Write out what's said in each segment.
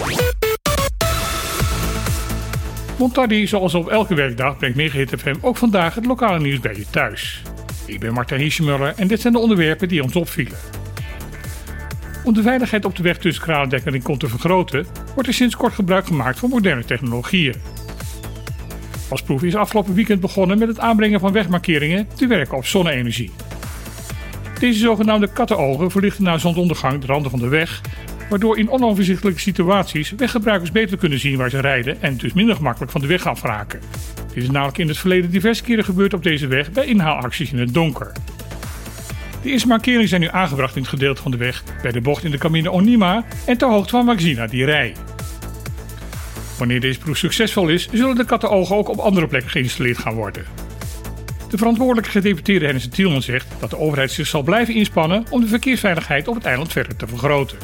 Montardi, zoals op elke werkdag, brengt Megahit FM ook vandaag het lokale nieuws bij je thuis. Ik ben Martijn Hiesemuller en dit zijn de onderwerpen die ons opvielen. Om de veiligheid op de weg tussen Kralendijk en Rincon te vergroten, wordt er sinds kort gebruik gemaakt van moderne technologieën. Als proef is afgelopen weekend begonnen met het aanbrengen van wegmarkeringen die werken op zonne-energie. Deze zogenaamde kattenogen verlichten na zonsondergang de randen van de weg, waardoor in onoverzichtelijke situaties weggebruikers beter kunnen zien waar ze rijden en dus minder gemakkelijk van de weg afraken. Dit is namelijk in het verleden diverse keren gebeurd op deze weg bij inhaalacties in het donker. De eerste markeringen zijn nu aangebracht in het gedeelte van de weg bij de bocht in de Camino Onima en ter hoogte van Magzina di Rei. Wanneer deze proef succesvol is, zullen de kattenogen ook op andere plekken geïnstalleerd gaan worden. De verantwoordelijke gedeputeerde Hennis Tielman zegt dat de overheid zich zal blijven inspannen om de verkeersveiligheid op het eiland verder te vergroten.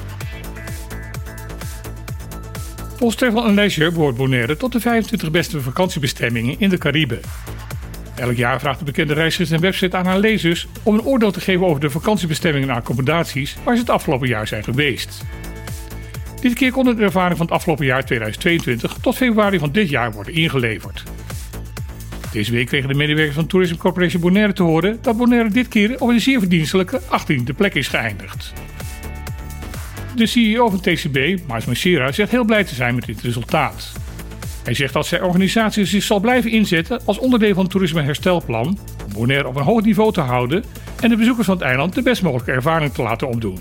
Volgens Travel & Leisure behoort Bonaire tot de 25 beste vakantiebestemmingen in de Cariben. Elk jaar vraagt de bekende reisgids en website aan haar lezers om een oordeel te geven over de vakantiebestemmingen en accommodaties waar ze het afgelopen jaar zijn geweest. Dit keer konden de ervaringen van het afgelopen jaar 2022 tot februari van dit jaar worden ingeleverd. Deze week kregen de medewerkers van Tourism Corporation Bonaire te horen dat Bonaire dit keer op een zeer verdienstelijke 18e plek is geëindigd. De CEO van TCB, Maes Messera, zegt heel blij te zijn met dit resultaat. Hij zegt dat zijn organisatie zich zal blijven inzetten als onderdeel van het toerisme herstelplan om Bonaire op een hoog niveau te houden en de bezoekers van het eiland de best mogelijke ervaring te laten opdoen.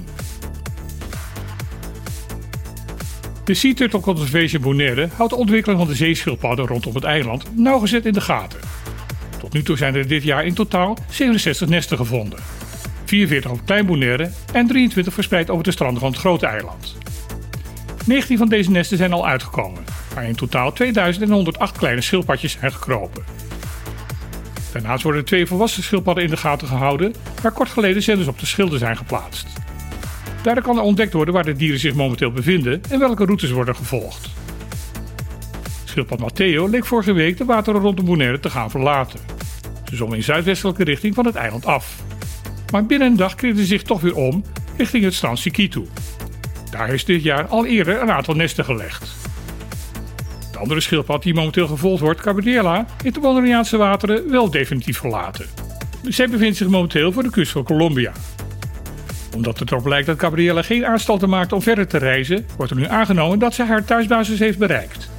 De Sea Turtle Conservation Bonaire houdt de ontwikkeling van de zeeschildpadden rondom het eiland nauwgezet in de gaten. Tot nu toe zijn er dit jaar in totaal 67 nesten gevonden. 44 op Klein Bonaire en 23 verspreid over de stranden van het grote eiland. 19 van deze nesten zijn al uitgekomen, waar in totaal 2108 kleine schildpadjes zijn gekropen. Daarnaast worden 2 volwassen schildpadden in de gaten gehouden, waar kort geleden zenders op de schilden zijn geplaatst. Daardoor kan er ontdekt worden waar de dieren zich momenteel bevinden en welke routes worden gevolgd. Schildpad Matteo leek vorige week de wateren rondom Bonaire te gaan verlaten. Ze zwom in zuidwestelijke richting van het eiland af. Maar binnen een dag keerde ze zich toch weer om richting het strand Sikitu. Daar is dit jaar al eerder een aantal nesten gelegd. De andere schildpad die momenteel gevolgd wordt, Gabriella, heeft de Bonaireaanse wateren wel definitief verlaten. Zij bevindt zich momenteel voor de kust van Colombia. Omdat het erop lijkt dat Gabriella geen aanstalten maakt om verder te reizen, wordt er nu aangenomen dat ze haar thuisbasis heeft bereikt.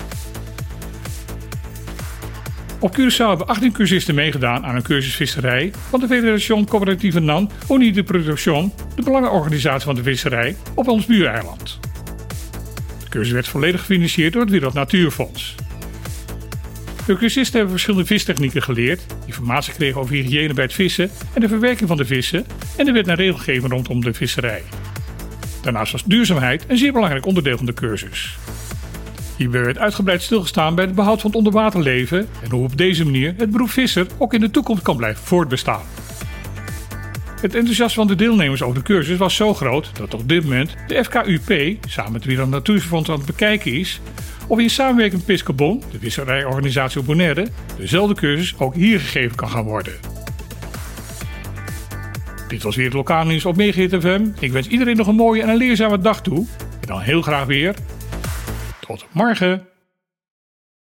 Op Curaçao hebben 18 cursisten meegedaan aan een cursus visserij van de Federación Cooperativa NAN Unie de Producción, de belangenorganisatie van de visserij, op ons buureiland. De cursus werd volledig gefinancierd door het Wereld Natuurfonds. De cursisten hebben verschillende vistechnieken geleerd, informatie kregen over hygiëne bij het vissen en de verwerking van de vissen en de wet en regelgeving rondom de visserij. Daarnaast was duurzaamheid een zeer belangrijk onderdeel van de cursus. Hierbij werd uitgebreid stilgestaan bij het behoud van het onderwaterleven en hoe op deze manier het beroep visser ook in de toekomst kan blijven voortbestaan. Het enthousiasme van de deelnemers over de cursus was zo groot dat op dit moment de FKUP samen met het Wereld Natuurfonds aan het bekijken is of in samenwerking met Piscobon, de visserijorganisatie op Bonaire, dezelfde cursus ook hier gegeven kan gaan worden. Dit was weer het lokale nieuws op Megahit FM. Ik wens iedereen nog een mooie en een leerzame dag toe. En dan heel graag weer. Tot morgen.